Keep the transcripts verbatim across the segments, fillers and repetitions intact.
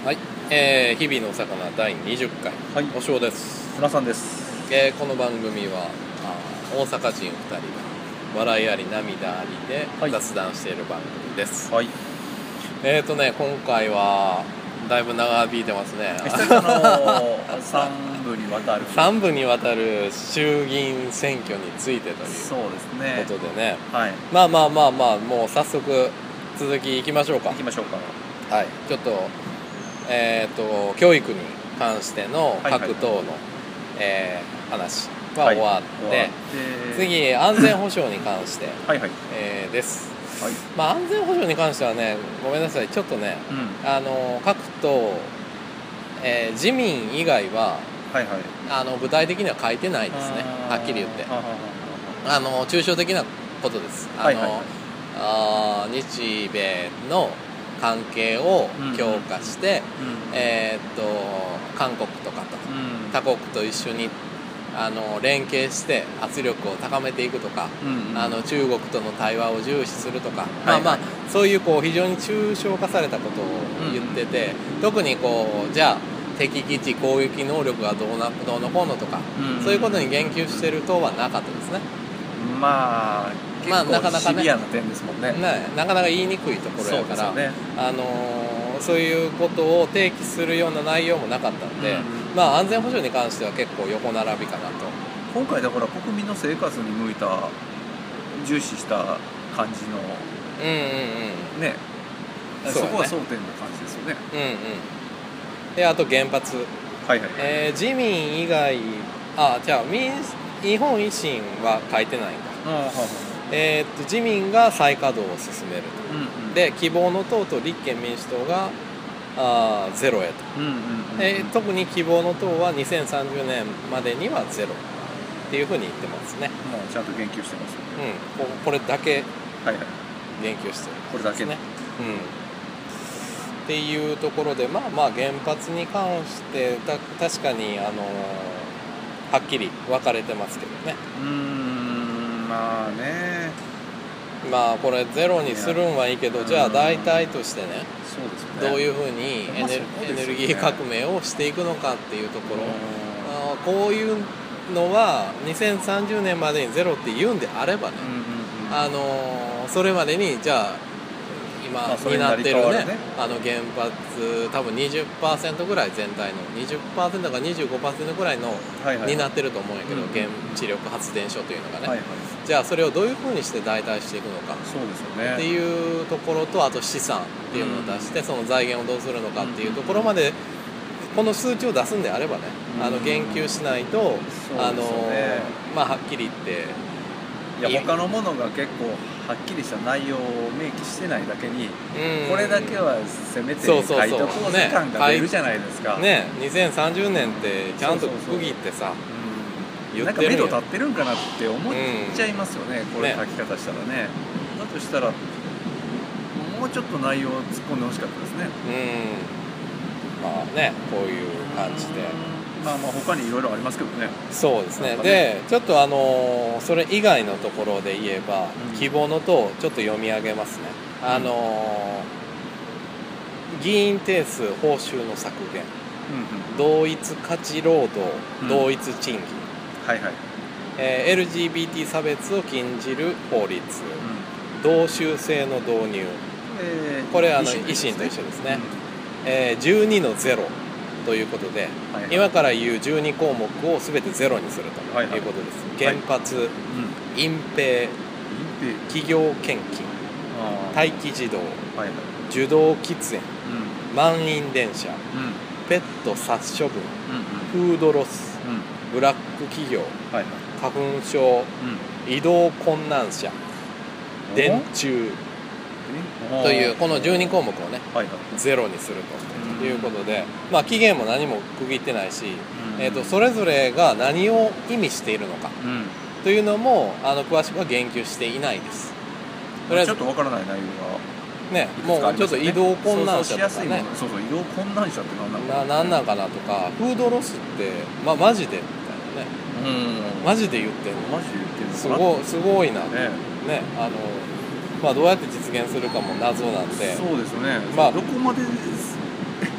はい、えー、日々のお魚だいにじゅっかい、はい、おしょうです。 船さんです。 えー、この番組はあ大阪人ふたりが笑いあり涙ありで雑談している番組です。はい、えーとね今回はだいぶ長引いてますね。 久々のさんぶにわたるさんぶにわたる衆議院選挙についてというそうですねことでね、 はい、 まあまあまあまあもう早速続きいきましょうか。 いきましょうか。 はい、ちょっとえーと教育に関しての各党の、はいはいえー、話は終わって、はい、次安全保障に関してはい、はいえー、です、はいまあ、安全保障に関してはねごめんなさいちょっとね、うん、あの各党、えー、自民以外は、はいはい、あの具体的には書いてないですねはっきり言ってあの抽象的なことです。あの、はいはいはい、あ日米の関係を強化して、うんうんえー、っと韓国とかと、うん、他国と一緒にあの連携して圧力を高めていくとか、うんうん、あの中国との対話を重視するとか、はいはい、まあまあそういうこう非常に抽象化されたことを言ってて、うん、特にこうじゃあ敵基地攻撃能力がどうなどうのこうのとか、うんうん、そういうことに言及してる党はなかったですね。 まあ結構シビアな点ですもんね。 ねなかなか言いにくいところやから、ねあのー、そういうことを提起するような内容もなかったんで、うんまあ、安全保障に関しては結構横並びかなと。 今回だから国民の生活に向いた重視した感じのうんうんうんねそこは争点な感じですよね。 うんうんであと原発、はいはいえー、自民以外あじゃあ民日本維新は書いてないんだ。あははえー、っと自民が再稼働を進めると、うんうん、で希望の党と立憲民主党があゼロへと、うんうんうんうんえー、特に希望の党はにせんさんじゅうねんまでにはゼロっていうふうに言ってますね。 もうちゃんと言及してますね、うん、こ, これだけ言及してる、 はいはい、これだけね、 うん、っていうところでまあまあ原発に関してた確かにあのー、はっきり分かれてますけどね。 うーんまあねまあこれゼロにするんはいいけどじゃあ代替としてねそうですねどういうふうにエネル、エネルギー革命をしていくのかっていうところあこういうのはにせんさんじゅうねんまでにゼロって言うんであればね、うんうんうん、あのそれまでにじゃあ今になってるね、ねあの原発多分 にじゅっパーセント ぐらい全体の にじゅっパーセント か にじゅうごパーセント ぐらいの、はいはい、になってると思うんやけど、うん、原子力発電所というのがね、はいはい、じゃあそれをどういうふうにして代替していくのかそうですよねっていうところとあと資産っていうのを出して、うん、その財源をどうするのかっていうところまでこの数値を出すんであればね、うん、あの言及しないと、ね、あのまあはっきり言っていや他のものが結構はっきりした内容を明記してないだけに、うん、これだけはせめて書いとこう時間が出るじゃないですか。 ね、にせんさんじゅうねんってちゃんと区切ってさ、 うん、なんか目処立ってるんかなって思っちゃいますよね、うん、これ書き方したらね。ねだとしたらもうちょっと内容を突っ込んでほしかったですね。 うん、まあねこういう感じで。 まあまあ他にいろいろありますけどね。 そうですね。でちょっとあのそれ以外のところで言えば、うん、希望の党ちょっと読み上げますね。うん、あの議員定数報酬の削減、うんうん、同一価値労働、うん、同一賃金、はいはいえー、エルジービーティー 差別を禁じる法律、うん、同州制の導入、えー、これあの維新と一緒ですね。うんえー、じゅうにのゼロということで、はいはい、今から言うじゅうにこうもくを全てゼロにするということです。はいはい、原発、はいうん、隠蔽、企業献金、待機児童、はいはい、受動喫煙、うん、満員電車、うん、ペット殺処分、うんうん、フードロス、うん、ブラック企業、はいはい、花粉症、うん、移動困難者、電柱というこのじゅうにこうもくをね、はいはい、ゼロにするということで、まあ、期限も何も区切ってないし、うんえー、とそれぞれが何を意味しているのか、うん、というのもあの詳しくは言及していないです。 とりあえずちょっとわからない内容がね、もうちょっと移動困難者とかねそうそう移動困難者って何なんかな何なんかなとかフードロスって、まあ、マジでみたいなね、うん、マジで言ってんのマジで言ってんのすごすごいなねねあのまあ、どうやって実現するかも謎なんでそうですよね、まあ、どこまでど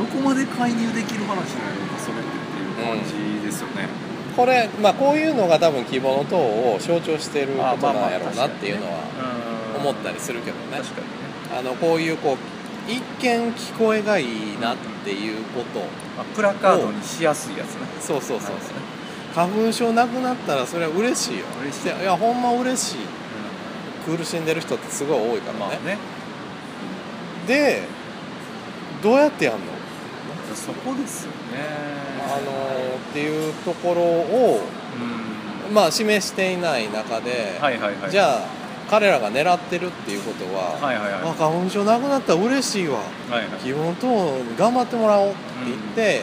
どこまで介入できる話なのかそれっていう感じですよね、 うん、これ、まあ、こういうのが多分希望の党を象徴してることなんやろうなっていうのは思ったりするけどね。 確かにね。 あのこういうこう一見聞こえがいいなっていうことを、 あ、プラカードにしやすいやつね。 そうそうそうそう、花粉症なくなったらそれは嬉しいよ。 嬉しい。 いやほんま嬉しい、うん、苦しんでる人ってすごい多いからね、まあね、でどうやってやんの？ そこですよね。 あのー、っていうところを、うん、まあ示していない中で、 はいはいはい、 じゃあ彼らが狙ってるっていうことは、 はいはいはい、 あ、花粉症なくなったら嬉しいわ、はいはい、希望と頑張ってもらおうって言って、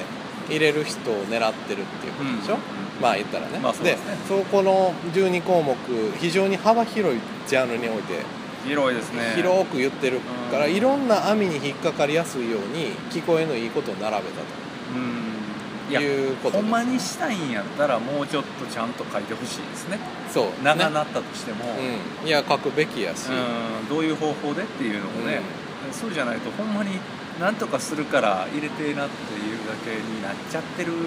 うん、入れる人を狙ってるっていうことでしょ、うん、まあ言ったらね、まあ、そうですね。でそこのじゅうにこうもく非常に幅広いジャンルにおいて広いですね。 広く言ってるから、うん、いろんな網に引っかかりやすいように聞こえのいいことを並べたと、うん、いうことです。 ほんまにしたいんやったらもうちょっとちゃんと書いてほしいですね。そうね、長なったとしても、 うん、いや書くべきやし、 うん、どういう方法でっていうのもね、うん、そうじゃないとほんまになんとかするから入れてなっていうだけになっちゃってる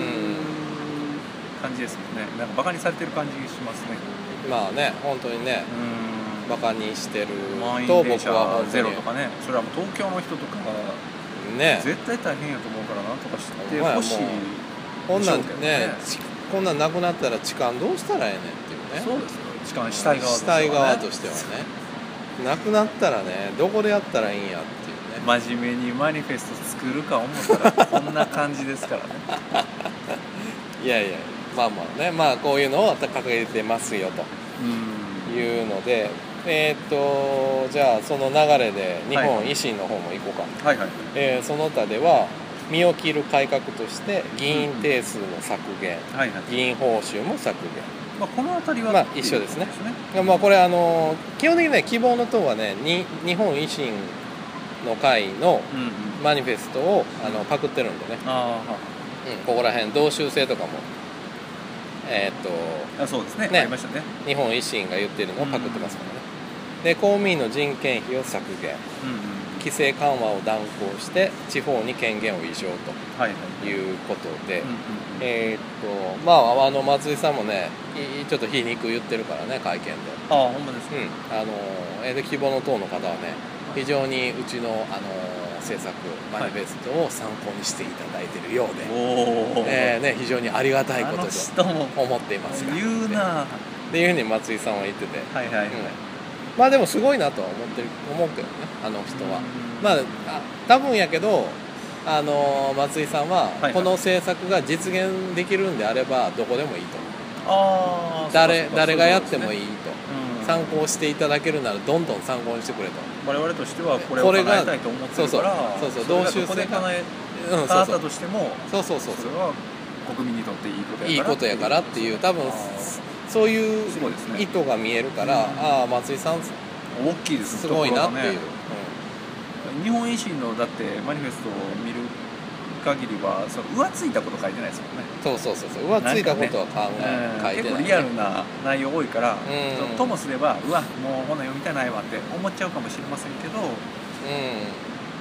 感じですもんね。なんかバカにされてる感じしますね。 まあね、本当にね、うん、バカにしてると僕はゼロとかね、それはもう東京の人とかね、 絶対大変やと思うからなんとかしてほしい、ね、 こんなんね、こんなんなくなったら痴漢どうしたらええねんっていうね。 そうですよ。痴漢したい側としてはね。したい側としてはね。なくなったらね、どこでやったらいいんやっていうね。 真面目にマニフェスト作るか思ったらこんな感じですからね。 いやいや、まあまあね、まあこういうのを掲げてますよというので、えー、っとじゃあその流れで日本維新の方も行こうか。はいはい。えー、その他では。身を切る改革として議員定数の削減、うんはいはい、議員報酬も削減、 まあ、この辺りは、 まあ、一緒ですね。まあ、これあの基本的にね希望の党はねに日本維新の会のマニフェストを、うんうん、あのパクってるんでね、あ、うん、ここら辺同州制とかもえー、っとあそうですね、ね、ありましたね。 日本維新が言ってるのをパクってますからね、うん、で公務員の人件費を削減、うんうん、規制緩和を断行して地方に権限を移譲ということで、えー、っとまああの松井さんもねちょっと皮肉言ってるからね会見で。 ああほんまですか。 うん、あのえー、希望の党の方はね非常にうちのあの政策マニフェストを参考にしていただいているようで、はいえーね、非常にありがたいことと思っていますが言うなっていうふうに松井さんは言ってて、 はいはいはい、うんまあでもすごいなとは思ってる思うけどねあの人は。まあ多分やけどあの松井さんはこの政策が実現できるんであればどこでもいいと思う。あ誰誰がやってもいいと、うん、参考していただけるならどんどん参考にしてくれと。 我々としてはこれを叶えたいと思ってるからそうそうそう同州制が叶えたったとしてもそうそうそうそれは国民にとっていいことやからいいことやからっていう多分そういう意図が見えるから、ね、ああ松井さん大きいですすごいなっていう、ねうん、日本維新のだってマニフェストを見る限りはその浮ついたこと書いてないですもんね。 そうそうそうそう浮ついたことは考え、ね、書いてない、ね、 結構リアルな内容多いから、うん、ともすればうわもうほな読みたないわって思っちゃうかもしれませんけど、うん、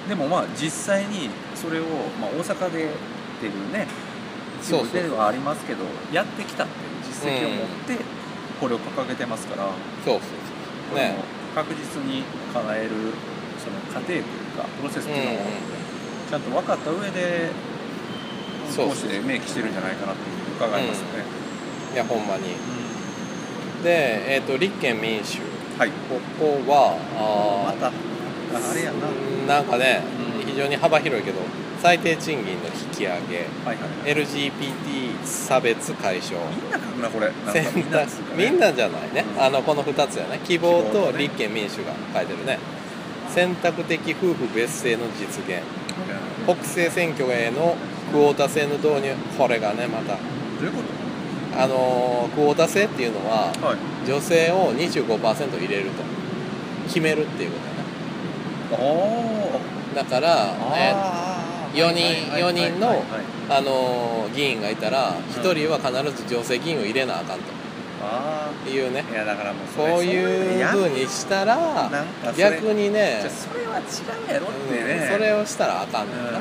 でもまあ実際にそれを、まあ、大阪でっていうね一部ではありますけどやってきたっていう実績を持ってこれを掲げてますから、 そうそうそうね確実に叶えるその過程というかプロセスっていうのをちゃんと分かった上でこうして明記してるんじゃないかなっていう伺いますよね、 うん、いやほんまに、うん、で、えーと、立憲民主、 はい、 ここはあまたあれやななんかね、うん、非常に幅広いけど最低賃金の引き上げ、はいはいはい、エルジービーティー 差別解消みんな書くなこれ選択みんなじゃないね、うん、あのこのふたつやね希望と立憲民主が書いてるね選択的夫婦別姓の実現、うん、国政選挙へのクオータ制の導入これがねまたどういうことあのクオータ制っていうのは、はい、女性を にじゅうごパーセント 入れると決めるっていうことだねだからえよにん、よにんの、あのー、議員がいたらひとりは必ず女性議員を入れなあかんとっていうね。 いやだからもうそこういう風にしたら逆にねじゃそれは違うやろってね、 うん、それをしたらあかんねんな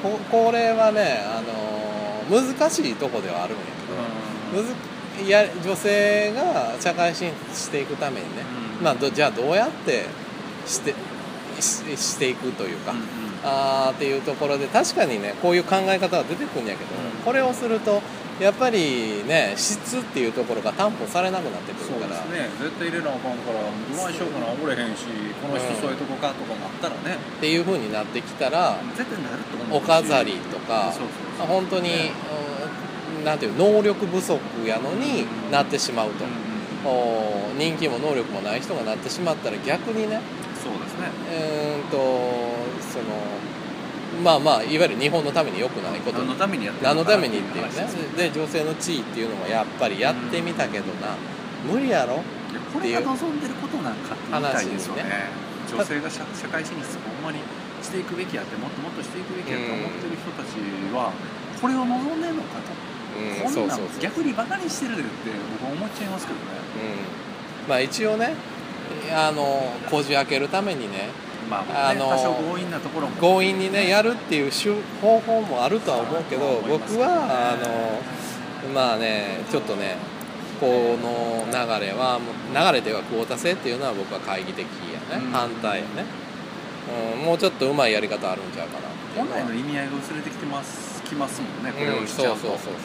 ここれはね、あのー、難しいとこではあるんやけど、むずいや女性が社会進出していくためにね、うん、まあ、どじゃあどうやってしてし, していくというか、うんうん、あっていうところで確かにねこういう考え方は出てくるんやけど、うん、これをするとやっぱりね質っていうところが担保されなくなってくるから、 そうですね、絶対入れなあかんからどないしようかな、おれへんし、この人そういうとこかとかもあったらね、 っていう風になってきたら絶対なると思うし、 お飾りとかそうそうそう本当に、ね、なんていう能力不足やのになってしまうと、うんうん、人気も能力もない人がなってしまったら逆にね、 そうですね、 うんとそのまあまあいわゆる日本のために良くないこと、 何のためにやってるのか何のためにっていうね、で女性の地位っていうのもやっぱりやってみたけどな、無理やろっていう、これが望んでることなんかってみたいですよね。女性が 社, 社会進出をほんまにしていくべきやって、もっともっとしていくべきやと思ってる人たちはこれを望んでるのかと、うん、こんなん逆にバカにしてるでって僕は思っちゃいますけどね、 うん、まあ一応ねあのこじ開けるためにね、 まあ、あの多少強引なところも強引にねやるっていう方法もあるとは思うけど、僕はあのまあねちょっとねこの流れは流れではクオータ制っていうのは僕は懐疑的やね、うん、反対やね、うん、もうちょっとうまいやり方あるんちゃうかなっていうのは本来の意味合いが薄れてきてますきますもんね、これをしちゃうと、うん、そうそうそうそう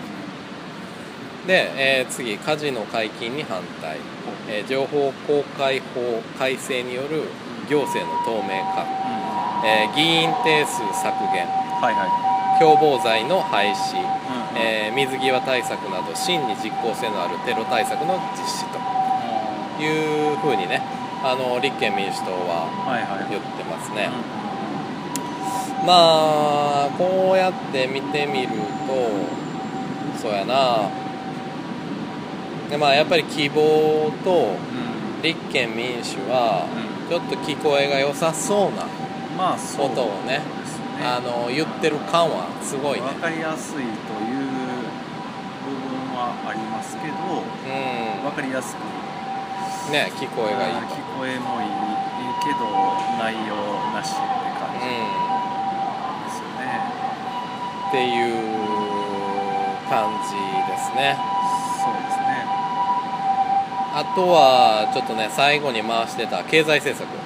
で、えー、次カジノ解禁に反対、えー、情報公開法改正による行政の透明化、うんえー、議員定数削減、はいはい、共謀罪の廃止、うんえー、水際対策など真に実効性のあるテロ対策の実施というふうにね、あの立憲民主党は言ってますね、はいはいうん、まあこうやって見てみるとそうやなで、まあ、やっぱり希望と立憲民主はちょっと聞こえが良さそうなことをね、まあ、あの言ってる感はすごいね分かりやすいという部分はありますけど、うん、分かりやすくね聞こえがいいと聞こえもいいけど内容なしって感じですよね、 うん、っていう感じですね。 そうですね。 あとはちょっとね最後に回してた経済政策、うん、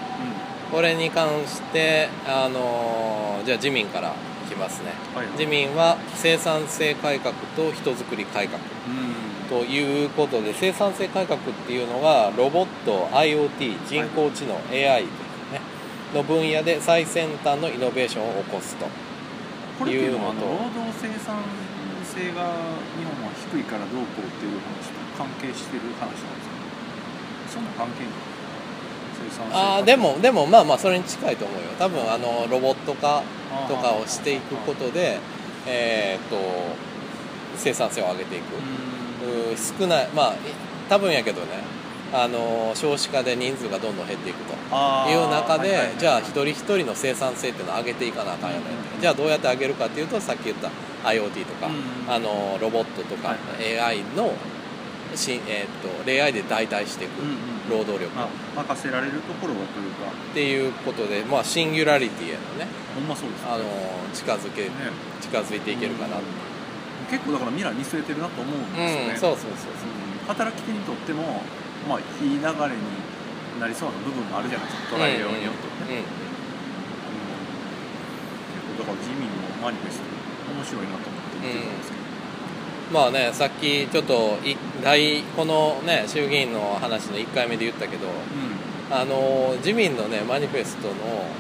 これに関してあのー、じゃあ自民からいきますね、はいはい、自民は生産性改革と人づくり改革、うん、ということで生産性改革っていうのがロボット IoT 人工知能、はい、エーアイ、ね、の分野で最先端のイノベーションを起こすというのと、 労働生産性が日本は低いからどうこうっていう話と関係してる話なんですか。そんな関係ない。 あでもでもまあまあそれに近いと思うよ。多分あのロボット化とかをしていくことで、えー、っと生産性を上げていく。少ないまあ多分やけどね。あの少子化で人数がどんどん減っていくという中で、はいはいはい、じゃあ一人一人の生産性っていうのを上げていかなあかんよね、うん、じゃあどうやって上げるかっていうとさっき言った IoT とか、うん、あのロボットとか、はい、エーアイ のし、えー、っと エーアイ で代替していく労働力を、 うんうん、任せられるところはというかっていうことで、まあ、シンギュラリティへのね、 ほんまそうですね、 あの近づけ、ね、近づいていけるかな、うん、 結構だから未来見据えてるなと思うんですよね、 うん、そうそうそうそう、 うん、働き手にとってもまあ、いい流れになりそうな部分もあるじゃないですか、捉えようによってね、うんうんうん、結構だから自民のマニフェスト面白いなと思って見てるんですけど、 うん、まあねさっきちょっとい大このね衆議院の話のいっかいめで言ったけど、うん、あの自民のねマニフェストの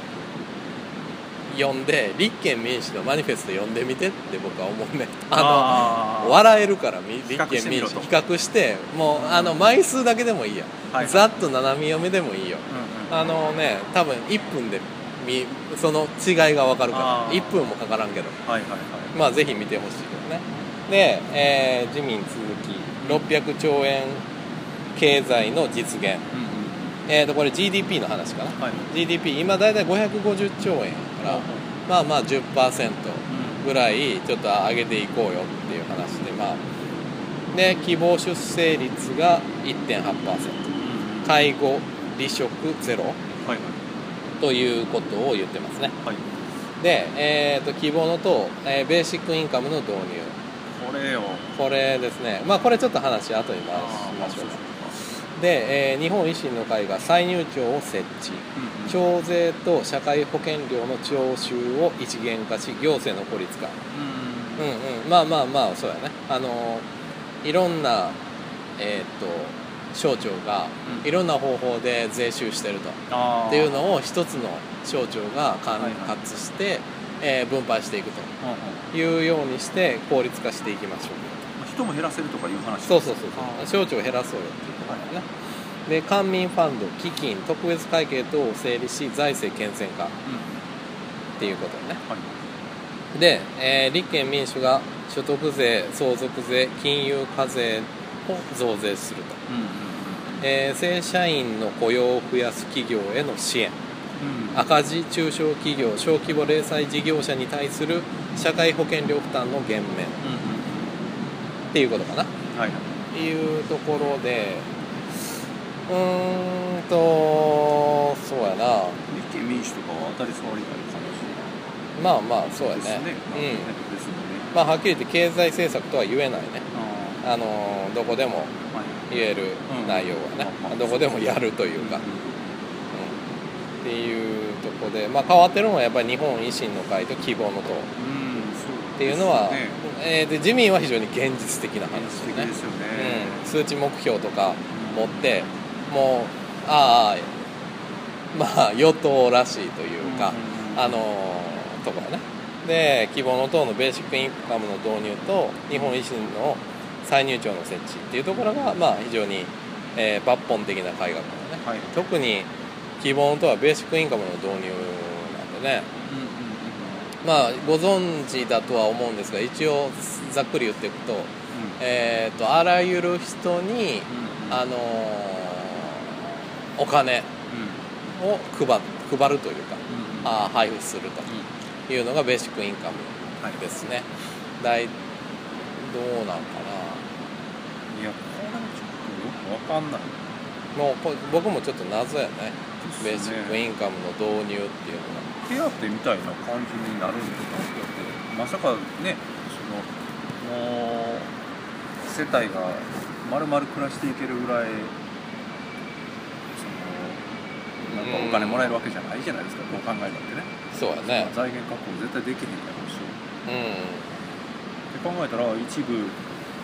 読んで立憲民主のマニフェスト読んでみてって僕は思うね。あのあ笑えるから立憲民主比較してもうあの枚数だけでもいいや、はいはい、ざっと斜め読みでもいいよ、うんうん、あのね多分いっぷんでみその違いが分かるからいっぷんもかからんけど、はいはいはい、まあぜひ見てほしいけどね。で、えー、自民続きろっぴゃくちょうえん経済の実現、うんうん、えー、とこれ ジーディーピー の話かな、はい、ジーディーピー 今だいたいごひゃくごじゅっちょうえんやから、うん、まあまあ じゅっパーセント ぐらいちょっと上げていこうよっていう話で、まあで希望出生率が いってんはちパーセント、 介護離職ゼロ、はいはい、ということを言ってますね、はい、 で、えー、と希望の党、えー、ベーシックインカムの導入、 これよこれですね、まあこれちょっと話後に回しましょうか。で、えー、日本維新の会が歳入庁を設置、うんうん、徴税と社会保険料の徴収を一元化し行政の効率化、うんうんうん、まあまあまあそうやね、あのいろんな、えー、と省庁がいろんな方法で税収してると、うん、っていうのを一つの省庁が管轄して、はいはい、えー、分配していくというようにして効率化していきましょう。 人も減らせるとかいう話、 そうそうそうそう、省庁を減らそうよっていうところだね。で官民ファンド、基金、特別会計等を整理し財政健全化、うん、っていうことね、はい、で、えー、立憲民主が所得税、相続税、金融課税を増税すると、うんうんうん、えー、正社員の雇用を増やす企業への支援、うん、赤字中小企業、小規模零細事業者に対する社会保険料負担の減免、うんうん、っていうことかな、はい、いうところで、うーんとそうやな、 立憲民主とかは当たり障りない感じ、 まあまあそうやね、ね、うん、ね、まあはっきり言って経済政策とは言えないね、あのどこでも言える内容はね、うん、どこでもやるというか、うん、っていうところで、まあ、変わってるのはやっぱり日本維新の会と希望の党っていうのは、うん、ね、えー、で自民は非常に現実的な話ですね、 ですよね、 うん、数値目標とか持って、うん、もうああまあ与党らしいというか、うん、あのところね。で希望の党のベーシックインカムの導入と日本維新の歳入庁の設置っていうところが、まあ、非常に、えー、抜本的な改革だね、はい、特に希望の党はベーシックインカムの導入なんでね、うんうんうん、まあご存知だとは思うんですが一応ざっくり言っていくと、うん、えー、とあらゆる人に、うんうん、あのー、お金を配, 配るというか、うんうん、あ配布するというのがベーシックインカムですね、はい、だいどうなんかな。 いやこれもちょっとよく分かんない。 もうこ僕もちょっと謎やね、ベーシックインカムの導入っていうのが手当みたいな感じになるんだな。まさかね、そのもう世帯が丸々暮らしていけるぐらいそのなんかお金もらえるわけじゃないじゃないですか、どう考えたってね。 そうやね、 財源確保絶対できへんやろうし、うん考えたら一部月々、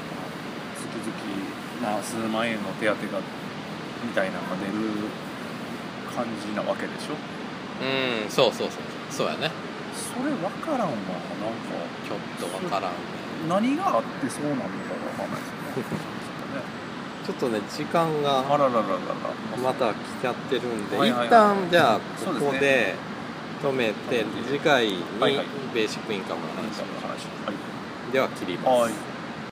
まあ、数万円の手当がみたいなのが出る感じなわけでしょ。 うん、そうそうそうそうやね。 それ分からんわ、なんかちょっと分からん、ね、 何があってそうなのか分からないですよねちょっとね時間があらららららまた来ちゃってるんで、 はいはいはい、 一旦じゃあここで止めて、次回にベーシックインカムの話を、はい、では切ります。はい。